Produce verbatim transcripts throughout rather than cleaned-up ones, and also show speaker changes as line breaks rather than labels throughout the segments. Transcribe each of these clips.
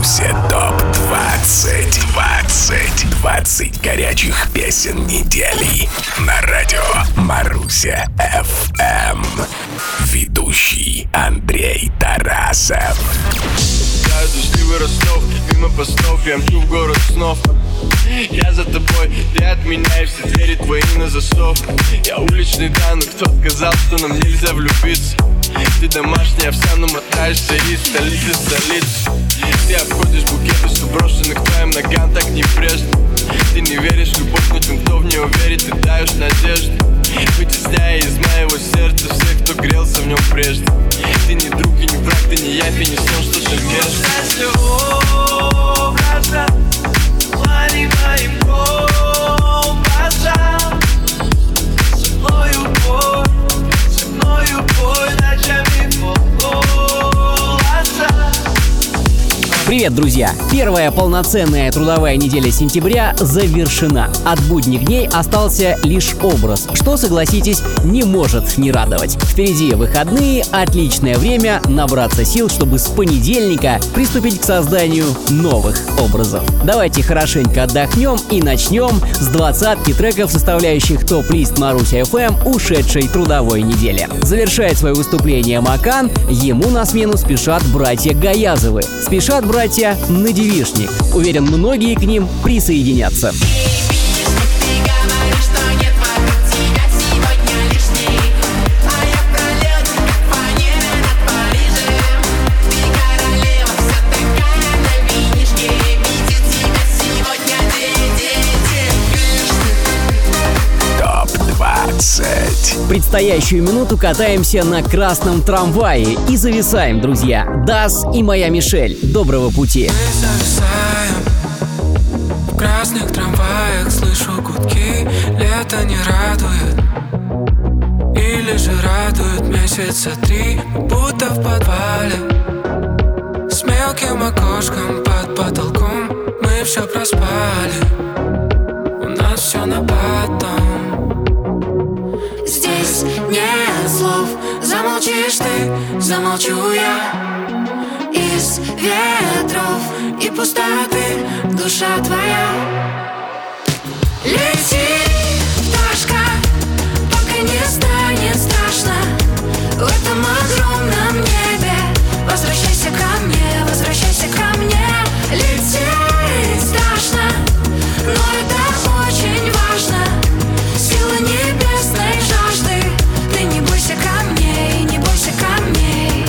Маруся топ двадцать. двадцать. двадцать горячих песен недели. На радио Маруся эф эм. Ведущий Андрей Тарасов.
Дождливый Ростов, мимо постов, я мчу в город снов. Я за тобой, ты от меня, и все двери твои на засов. Я уличный Дан, но кто сказал, что нам нельзя влюбиться? Ты домашняя, вся, но мотаешься из столицы в столицу. Ты обходишь букеты, что брошены к твоим ногам, так небрежно. Ты не веришь в любовь, но тем, кто в нее верит, ты даешь надежду. Вытесняя из моего сердца всех, кто грелся в нем прежде. Ты не друг и не враг, ты не явь и не сон, что ты между. Образа, лови моим образом. Со мною бой, со мною бой, ночами полголоса.
Привет, друзья! Первая полноценная трудовая неделя сентября завершена. От будних дней остался лишь образ, что, согласитесь, не может не радовать. Впереди выходные, отличное время набраться сил, чтобы с понедельника приступить к созданию новых образов. Давайте хорошенько отдохнем и начнем с двадцатки треков, составляющих топ-лист Маруся эф эм ушедшей трудовой недели. Завершает свое выступление Макан, ему на смену спешат братья Гаязовы. Спешат братья на девичник. Уверен, многие к ним присоединятся. Предстоящую минуту катаемся на красном трамвае и зависаем, друзья. Дас и моя Мишель. Доброго пути.
Мы зависаем в красных трамваях, слышу гудки, лето не радует. Или же радует месяца три, будто в подвале. С мелким окошком под потолком мы все проспали. У нас все на потом. Здесь нет слов, замолчишь ты, замолчу я. Из ветров и пустоты душа твоя. Лети, пташка, пока не станет страшно. В этом огромном небе возвращайся ко мне, возвращайся ко мне. Лететь страшно, но это очень важно. Сила небесной жажды. Ты не бойся камней, не бойся камней.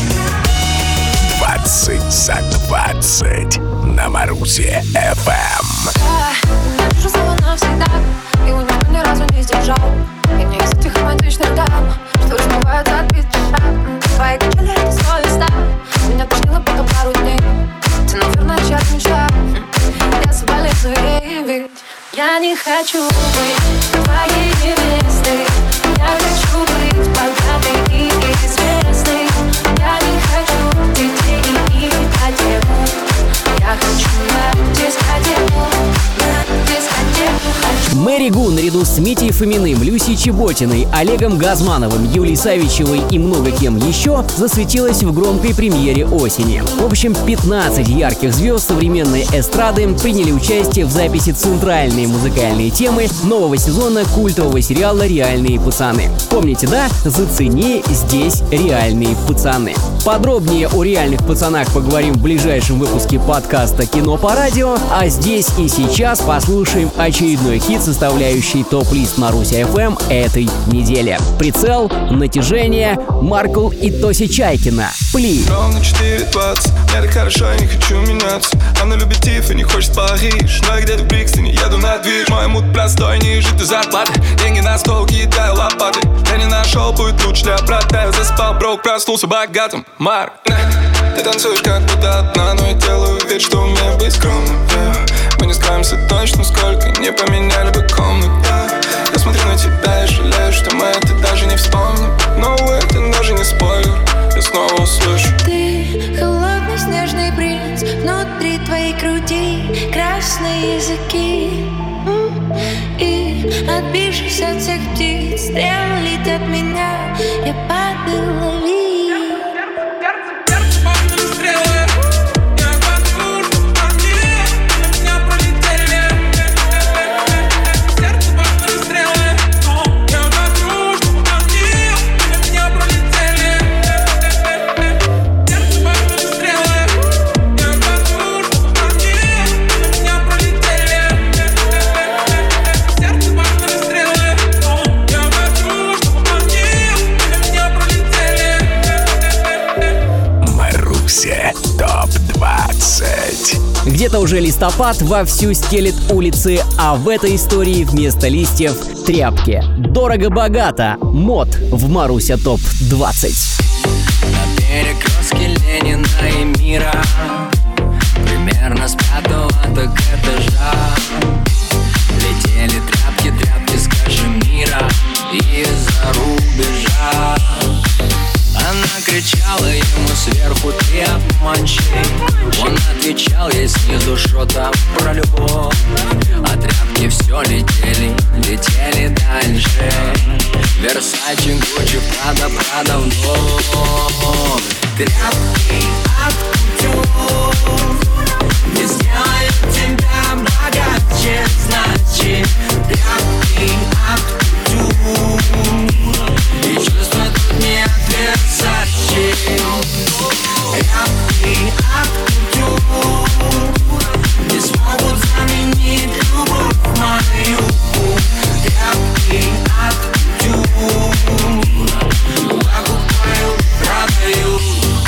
двадцать за двадцать на Марусе эф эм.
Держу слово навсегда, и у него ни разу не сдержал. И не из этих романтичных дам, что разбиваются от битва. Твои качели — это совестно. Меня тошнило потом пару дней. Ты, наверное, чья-то мечта. Я соболезную, ведь я не хочу быть твоей невестой. Я хочу быть богатой и известной. Я не хочу детей и ипотеку. Я хочу на дискотеку, на дискотеку хочу.
Мэри Гу наряду с Митей Фоминым, Люсей Чеботиной, Олегом Газмановым, Юлией Савичевой и много кем еще засветилась в громкой премьере осени. В общем, пятнадцать ярких звезд современной эстрады приняли участие в записи центральной музыкальные темы нового сезона культового сериала «Реальные пацаны». Помните, да? Зацени здесь «Реальные пацаны». Подробнее о «Реальных пацанах» поговорим в ближайшем выпуске подкаста «Кино по радио», а здесь и сейчас послушаем очередной хит, составляющий топ-лист Маруся эф эм этой недели. Прицел, натяжение, Маркл и Тося Чайкина. Пли.
Ровно четыре двадцать, я так хорошо, я не хочу меняться. Она любит Тиф и не хочет в Париж, но я где-то в Брикстоне еду на движ. Мой мут простой, ниже ты зарплаты. Деньги на стол, кидаю лопаты. Я не нашел, будет лучше для брата. Я заспал, брок, проснулся богатым. Марк, ты танцуешь как будто одна, но я делаю вид, что умею быть скромным, yeah. Мы не скроемся точно, сколько не поменяли бы комнату, yeah. Я смотрю на тебя и жалею, что мы это даже не вспомним. Но это даже не спойлер, я снова услышу.
Ты холодный снежный принц, внутри твоей груди красные языки. И отбившись от всех птиц, стрелы летят меня, я падаю, лови.
Стрелы, я падаю.
Марусе топ двадцать.
Где-то уже листопад вовсю стелет улицы, а в этой истории вместо листьев тряпки. Дорого-богато. Мод в Маруся топ двадцать.
На перекрестке Ленина и Мира, примерно с пятого так этажа, летели тряпки, тряпки с Кашемира из-за рубежа. Она кричала ему сверху: ты обманщик. Он отвечал ей снизу что-то про любовь. А тряпки все летели, летели дальше. Версачи, Гуччи, Прада, Прада вновь. Тряпки от кутюр не сделают тебя богаче, значит. Тряпки от кутюр и чувства тут не от Версачи. Тряпки от кутюр не смогут заменить любовь мою. Тряпки от кутюр покупаю, продаю.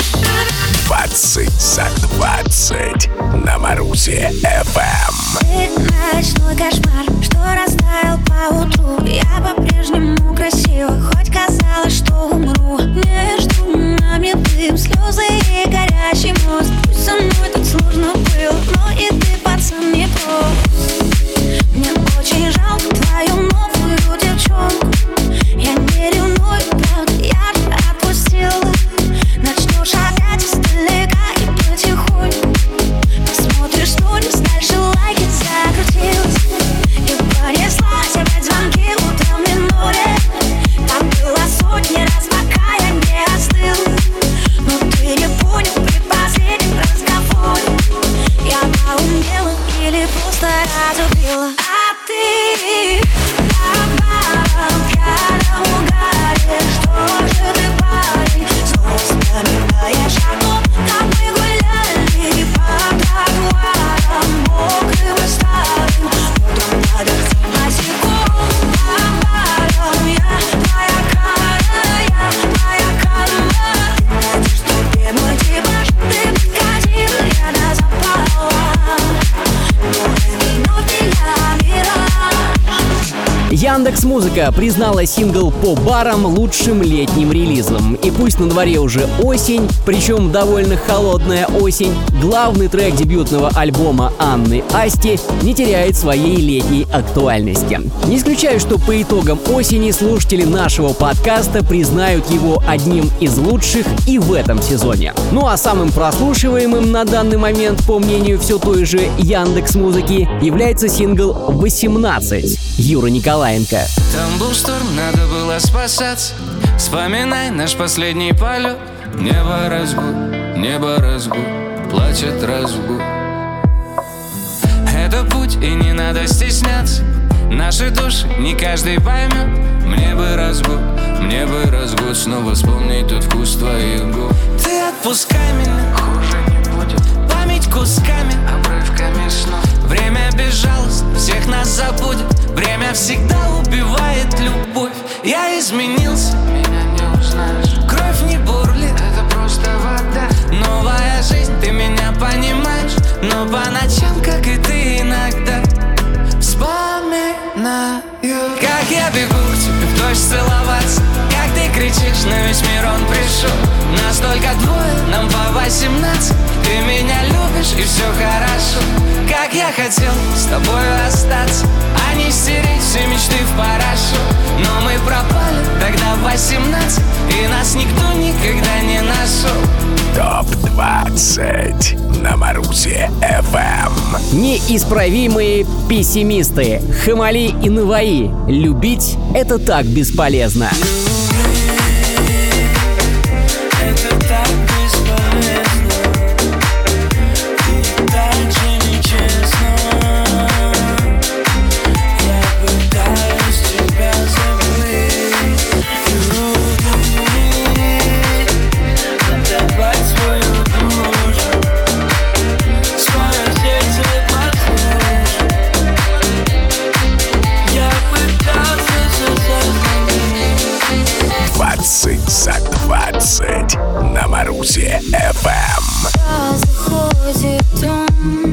двадцать за двадцать на Марусе эф эм.
Ты ночной кошмар, что растаял поутру. Я по-прежнему красива, хоть казалось, что умру. Между нами дым, слезы и горящий мост. Пусть со мной тут сложно было, но и ты, пацан, не прост. Мне очень жалко твою новую девчонку. Я не ревную, правда, я же отпустила. Начнешь опять издалека и потихоньку посмотришь сторис, дальше лайки закрутилась. И понеслась опять звонки утром в миноре. Так было сотни раз, пока я не остыла. Но ты не понял при последнем разговоре. Я поумнела или просто разубила. А ты попал в яром угаре. Что же ты, парень, снова вспоминаешь о том, как мы гуляли по тротуарам мокрым и старым. Утром под этим босиком амбаром. Я твоя кара, я твоя карма. Ты найдешь тебе мой типаж, ты подкатила, я до запала. Море минуты я мираж.
Яндекс.Музыка признала сингл по барам лучшим летним релизом. И пусть на дворе уже осень, причем довольно холодная осень, главный трек дебютного альбома Анны Асти не теряет своей летней актуальности. Не исключаю, что по итогам осени слушатели нашего подкаста признают его одним из лучших и в этом сезоне. Ну а самым прослушиваемым на данный момент, по мнению все той же Яндекс.Музыки, является сингл «восемнадцать» Юры Николаенко.
Там был шторм, надо было спасаться. Вспоминай наш последний полет. Небо разгул, небо разгул, плачет разгул. Это путь, и не надо стесняться. Наши души не каждый поймет. Мне бы разгул, мне бы разгул, снова вспомнить тот вкус твоих губ. Ты отпускай меня, хуже не будет. Память кусками, обрывками снов. Время безжалостно, всех нас забудет. Время всегда убивает любовь. Я изменился, меня не узнаешь. Кровь не бурлит, это просто вода. Новая жизнь, ты меня понимаешь. Но по ночам, как и ты иногда, вспоминаю, как я бегу к тебе в дождь целоваться. Как ты кричишь, на весь мир он пришел. Нас только двое, нам по восемнадцать. Ты меня любишь и все хорошо. Как я хотел с тобой остаться, а не стереть все мечты в порошок. Но мы пропали тогда в восемнадцать, и нас никто никогда не нашел.
топ двадцать на Марусе эф эм.
Неисправимые пессимисты Хамали и Наваи. Любить — это так бесполезно.
Это так бесполезно. И так же нечестно. Я пытаюсь тебя забыть. Отдавать свою душу, свое сердце послушать. Я пытался создать.
заходит он,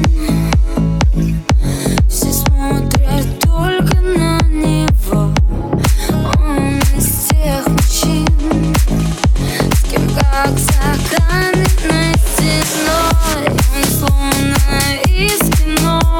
все смотрят только на него. Он из тех мужчин, с кем как за каменной стеной. Он словно из кино,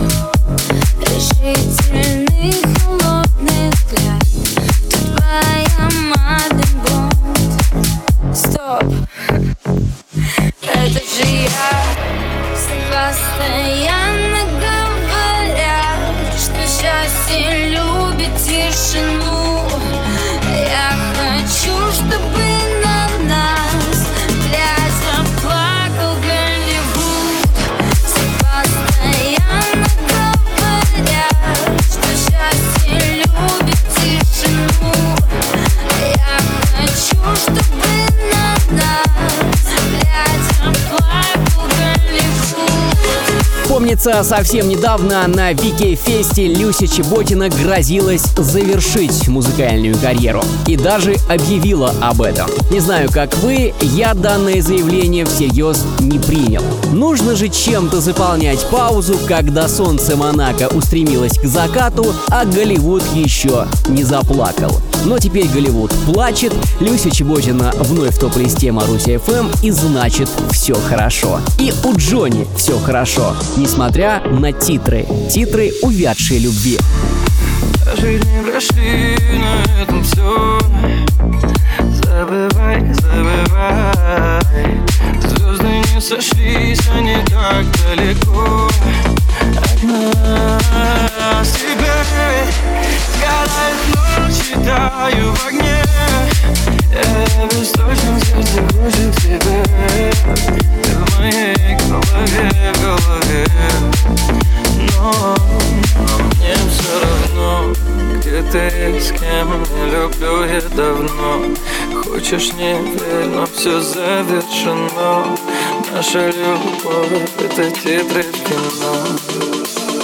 решительный холодный взгляд. Тут твоя Мадлен Бонд. Стоп, это же я. Все постоянно говорят, что счастье любит тишину. Я хочу, чтобы на нас глядя плакал Голливуд. Все постоянно говорят, что счастье любит тишину. Я хочу, чтобы на нас глядя плакал Голливуд.
Помнится, совсем недавно на Вики Фесте Люся Чеботина грозилась завершить музыкальную карьеру и даже объявила об этом. Не знаю, как вы, я данное заявление всерьез не принял. Нужно же чем-то заполнять паузу, когда солнце Монако устремилось к закату, а Голливуд еще не заплакал. Но теперь Голливуд плачет, Люся Чеботина вновь в топ-листе Маруся эф эм, и значит все хорошо. И у Джонни все хорошо, несмотря на титры. Титры увядшей любви.
Жизнь не прошли, на этом все. Забывай, забывай. Звезды не сошлись, они так далеко от нас. Теперь сгорает ночь, таю в огне. Я бесстрочен, сердце кружит тебя. Ты в моей голове, голове. Но, но мне все равно, где ты, с кем, не люблю я давно. Хочешь, не верь, но все завершено. Наша любовь — это титры в кино.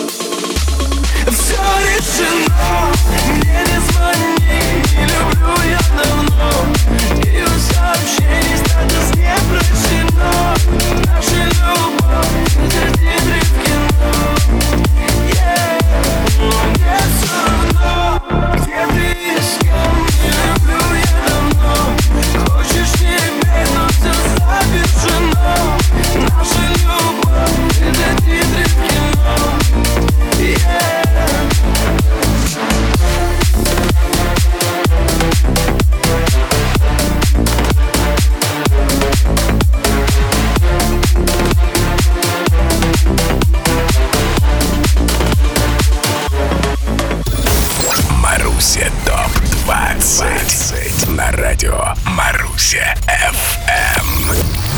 Все решено, мне не звони, не люблю я давно. И у сообщений статус не прощено. Наша любовь — это титры в кино. Yeah. Но мне все равно, где ты и с кем, не люблю я давно. Хочешь, не верь, но все завершено. Наша любовь — это титры в кино. Yeah.
Маруся топ двадцать на радио Маруся эф эм.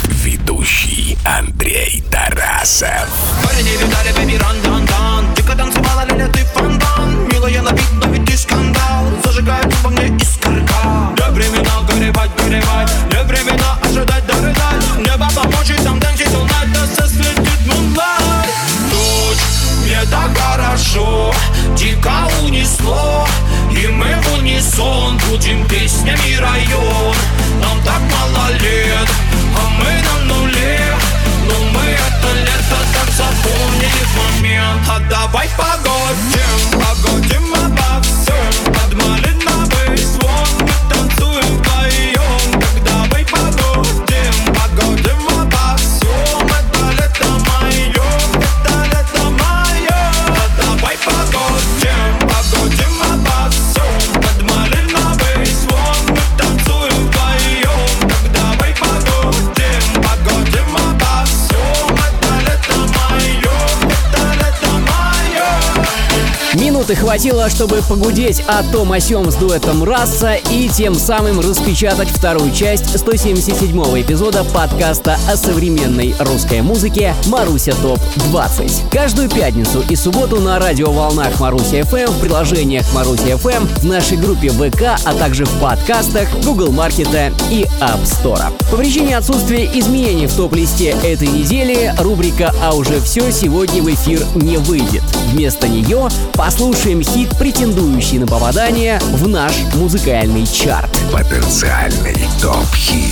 Ведущий Андрей Тарасов.
Парень, не видали, бэби, ран-дан-дан. Дико танцевала, ля-ля, ты фонтан. Милая на бит, но ведь ты скандал. Зажигает во мне искорка. Не времена горевать, горевать. Не времена ожидать, дорыдать. Небо помочь и там танцить all night. Да сослетит moonlight. Ночь, мне так хорошо. Дико унесло. И мы в унисон будем песнями район. Нам так мало лет, а мы на нуле. Но мы это лето так запомнили в момент. А давай погодим, погодим обо всем. Под малиновый звон мы танцуем вдвоем. Так давай погодим, погодим обо всем. Это лето мое, это лето мое. А давай погодим, погодим обо всем. Под малиновый звон мы танцуем вдвоем. Так давай погодим, погодим обо всем. Это лето мое, это лето мое.
Минуты хватило, чтобы погудеть о том о сём с дуэтом Раса и тем самым распечатать вторую часть сто семьдесят седьмого эпизода подкаста о современной русской музыке «Маруся топ двадцать». Каждую пятницу и субботу на радиоволнах Маруся эф эм, в приложениях Маруся эф эм, в нашей группе вэ ка, а также в подкастах Google Маркета и App Store. По причине отсутствия изменений в топ-листе этой недели рубрика «А уже все» сегодня в эфир не выйдет. Вместо нее послушаем хит, претендующий на попадание в наш музыкальный чарт.
Потенциальный топ-хит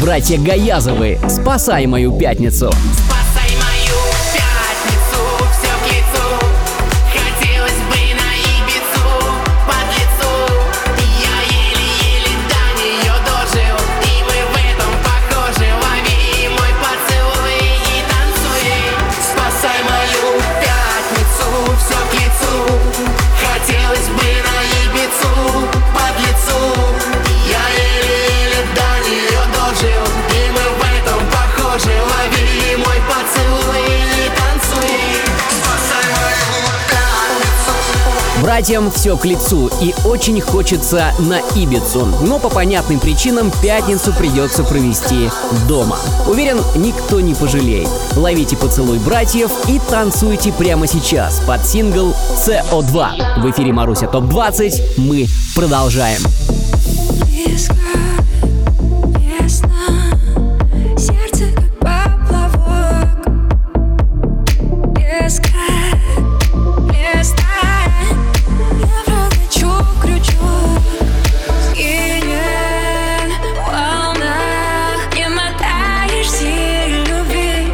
Братья Гаязовы, «Спасай мою пятницу».
Спасай мою пятницу, все к лицу. Хотелось бы на Ибицу, под лицу. Я еле-еле до нее дожил, и мы в этом похожи. Лови мой поцелуй и танцуй. Спасай мою пятницу, все к лицу. Хотелось бы на Ибицу, под лицу. Я еле-еле до нее дожил, и мы в этом похожи. Лови мой поцелуй и танцуй. Спасай мою пятницу.
Братьям все к лицу и очень хочется на Ибицу, но по понятным причинам пятницу придется провести дома. Уверен, никто не пожалеет. Ловите поцелуй братьев и танцуйте прямо сейчас под сингл си о два. В эфире Маруся топ двадцать. Мы продолжаем.
Близко, ясно, сердце как поплавок. Резко, листая, я прокачу крючок. Скинет волна, не мотаешь силь любви.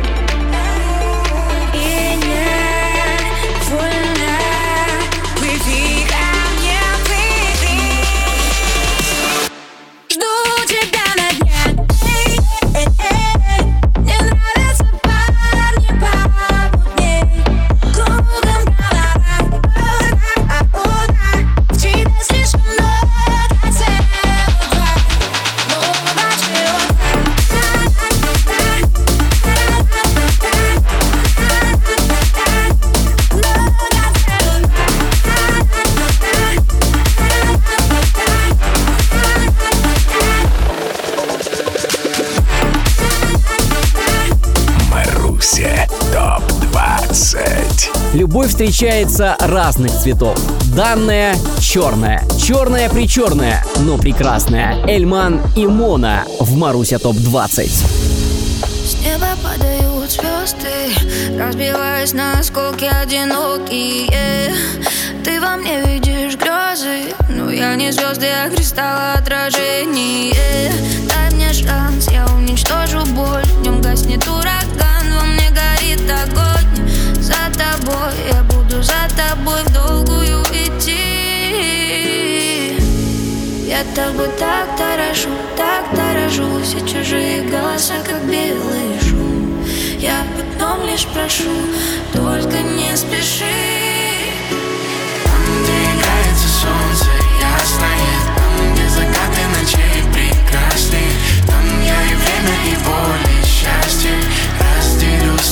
И не вольно, плыви ко мне, плыви. Жду тебя на дне. Эй, эй, эй. Мне нравятся парни помутней. Кругом голова, в тебе слишком много си о два. Много си о
Маруся топ двадцать.
Любовь встречается разных цветов. Данная — черная, черная причерная, но прекрасная. Эльман и Мона в Маруся топ двадцать.
С неба падают звезды, разбиваясь на осколки одинокие. Ты во мне видишь грезы, но я не звезды, а кристалл отражение. Дай мне шанс, я уничтожу боль. В нем гаснет ураган, во мне горит огонь. За тобой я буду, за тобой в долгую идти. Я тобой так дорожу, так дорожу. Все чужие голоса, как белый шум. Я в одном лишь прошу, только не спеши.
Там, где играется солнце ясное, там, где закаты ночей прекрасны, там я и время, и боль, и счастье разделю с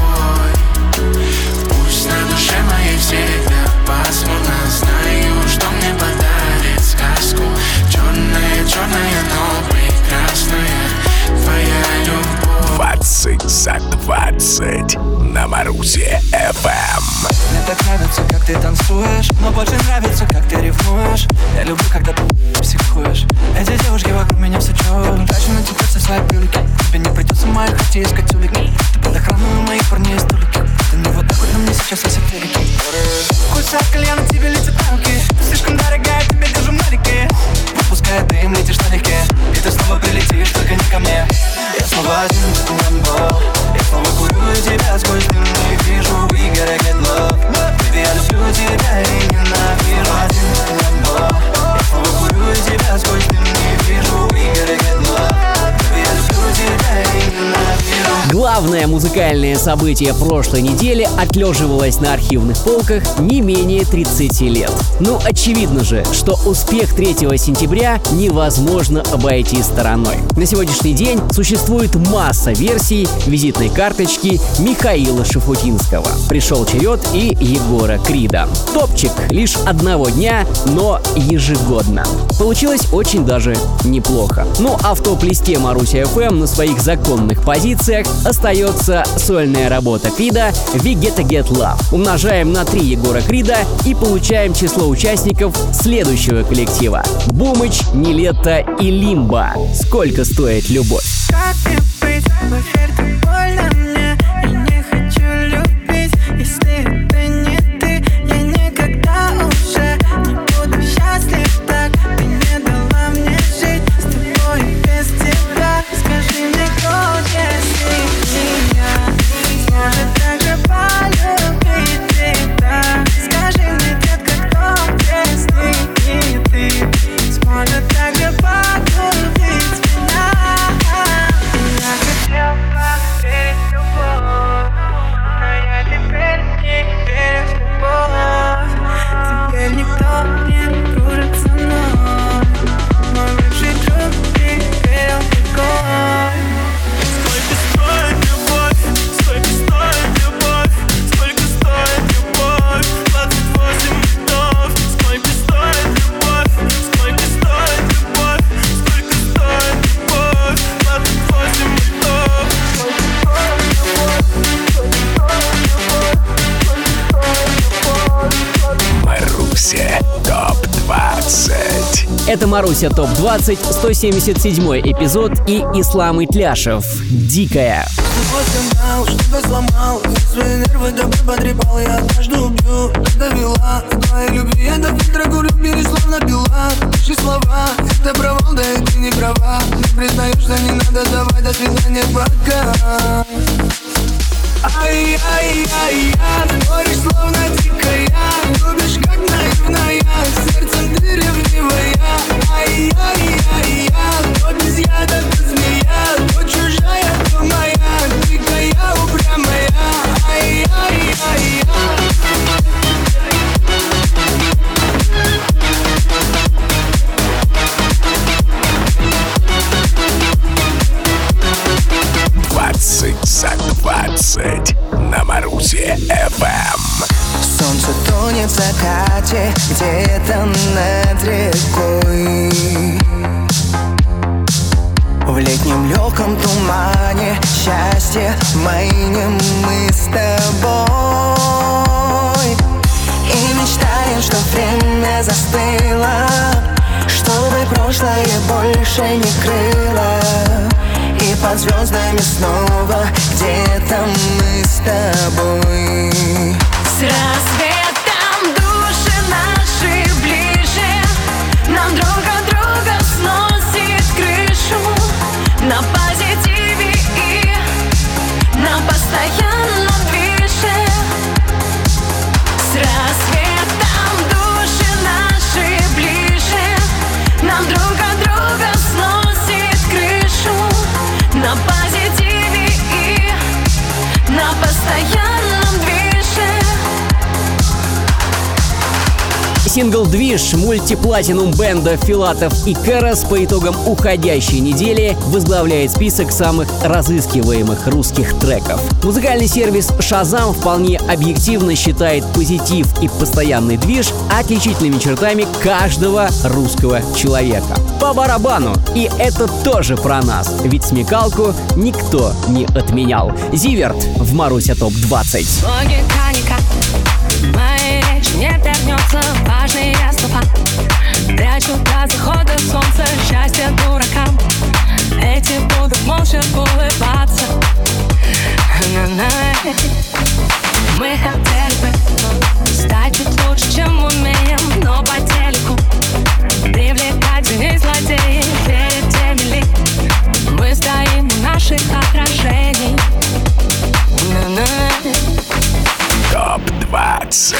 тобой. Пусть на душе моей всегда пасмурно, знаю, что мне подарит сказку. Черная, черная, но прекрасная твоя любовь.
двадцать за двадцать на Марусе эф эм.
Мне так нравится, как ты танцуешь, но больше нравится, как ты ревнуешь. Я люблю, когда ты психуешь. Эти девушки вокруг меня все черные. Трачу на тебя все свои брюлики. Тебе не придется в моей хате искать улики. Ты под охраной моих парней и столики. Ты не вот так вот на мне сейчас во все клирики. Вкуса кальяна тебе летят на руки. Слишком дорогая, тебе держу на реке. Выпуская дым, летишь налегке. И ты снова прилетишь, только не ко мне. Я снова один, ты не был. Я снова курю тебя сквозь дым и вижу. We gotta get love. Baby, я люблю тебя и ненавижу. Один, ты не был. Я снова курю тебя сквозь дым и вижу. We gotta get love. Baby, я люблю тебя и ненавижу.
Главное музыкальное событие прошлой недели отлеживалось на архивных полках не менее тридцати лет. Ну, очевидно же, что успех третьего сентября невозможно обойти стороной. На сегодняшний день существует масса версий визитной карточки Михаила Шуфутинского. Пришел черед и Егора Крида. Топчик лишь одного дня, но ежегодно. Получилось очень даже неплохо. Ну а в топ-листе Маруся эф эм на своих законных позициях остается сольная работа Крида «We Gotta Get Love». Умножаем на три Егора Крида и получаем число участников следующего коллектива: Бумыч, Нилетто и Лимба. Сколько стоит любовь?
Как мне быть? Поверь, так больно мне. Я не хочу любить, если это не ты. Я никогда уже не буду счастлив так. Ты не дала мне жить с тобой и без тебя. Скажи
Это Маруся топ двадцать, сто семьдесят седьмой эпизод и Ислам Итляшев. Дикая.
Что-то сломал, свои нервы тобой потрепал. Я однажды убью, так довела. Твоей любви это фильтр, курю в мире словно пила. Пиши слова, это провал, да и ты не права. Не признаешь, что не надо, давай до свидания, пока. Ай-яй-яй-я, говоришь словно дикая. Любишь как наивная, сердцем ты ревнивая. Ай-яй-яй-я, то без яда, то змея, то чужая, то моя. Дикая, упрямая. Ай-яй-яй-я.
двадцать за двадцать на Марусе эф эм.
Солнце тонет в закате где-то над рекой. В летнем легком тумане счастье маним мы с тобой. И мечтаем, что время застыло, чтобы прошлое больше не крыло. И под звездами снова где-то мы с тобой.
С рассветом души наши ближе, нам друг от друга сносит крышу. На позитиве и на постоянном движе. С рассветом души наши ближе, нам друг от друга сносит крышу. На позитиве и на постоянном движе.
Сингл «Движ» мультиплатинум бенда Филатов и Кэрос по итогам уходящей недели возглавляет список самых разыскиваемых русских треков. Музыкальный сервис Shazam вполне объективно считает позитив и постоянный движ отличительными чертами каждого русского человека. По барабану. И это тоже про нас, ведь смекалку никто не отменял. Зиверт в Маруся топ двадцать.
Логика никак моей речи не вернется. Важные слова прячу до захода солнца. Счастье дуракам, эти будут молча улыбаться. Мы хотели бы стать чуть лучше, чем умеем, но по телеку привлекать злых злодеев перед теми ли. Мы стоим у наших отражений.
топ двадцать.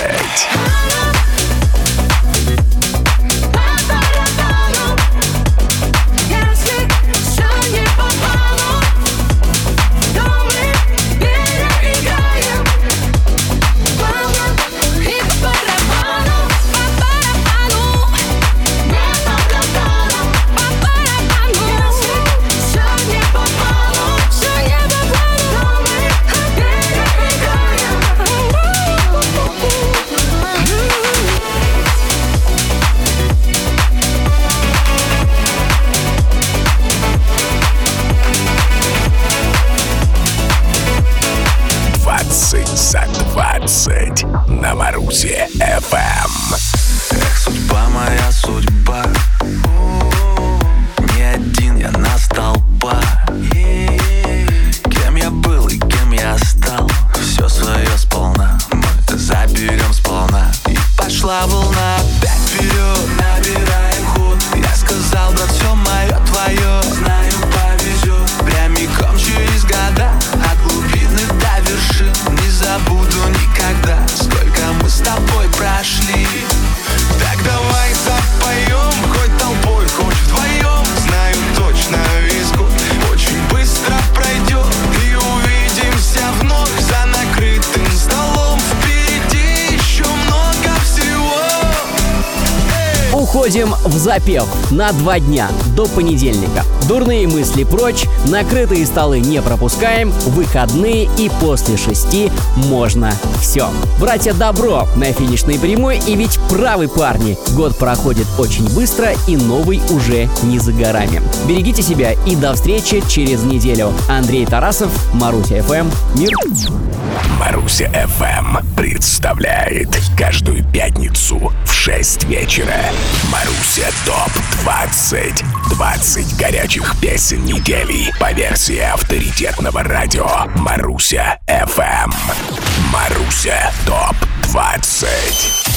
двадцать на Марусе эф эм.
Эх, судьба моя, судьба. Не один я на столпа. Кем я был и кем я стал, все свое сполна мы заберем сполна. И пошла волна опять вперед, набираем ход. Я сказал, брат, все мое, твое. Знаю, повезет прямиком через года, от глубины до вершин. Не забуду никогда, сколько мы с тобой прошли. Так давай запоем, хоть толпой, хоть вдвоем. Знаю точно, весь год очень быстро пройдет, и увидимся вновь за накрытым столом. Впереди еще много всего.
Уходим в запев на два дня до понедельника. Дурные мысли прочь, накрытые столы не пропускаем, выходные и после шести можно все. Братья Добро на финишной прямой, и ведь правы парни. Год проходит очень быстро, и новый уже не за горами. Берегите себя и до встречи через неделю. Андрей Тарасов, Маруся эф эм. Мир.
Маруся эф эм представляет каждую пятницу в шесть вечера Маруся топ двадцать. двадцать горячих песен недели по версии авторитетного радио Маруся эф эм. Маруся топ двадцать.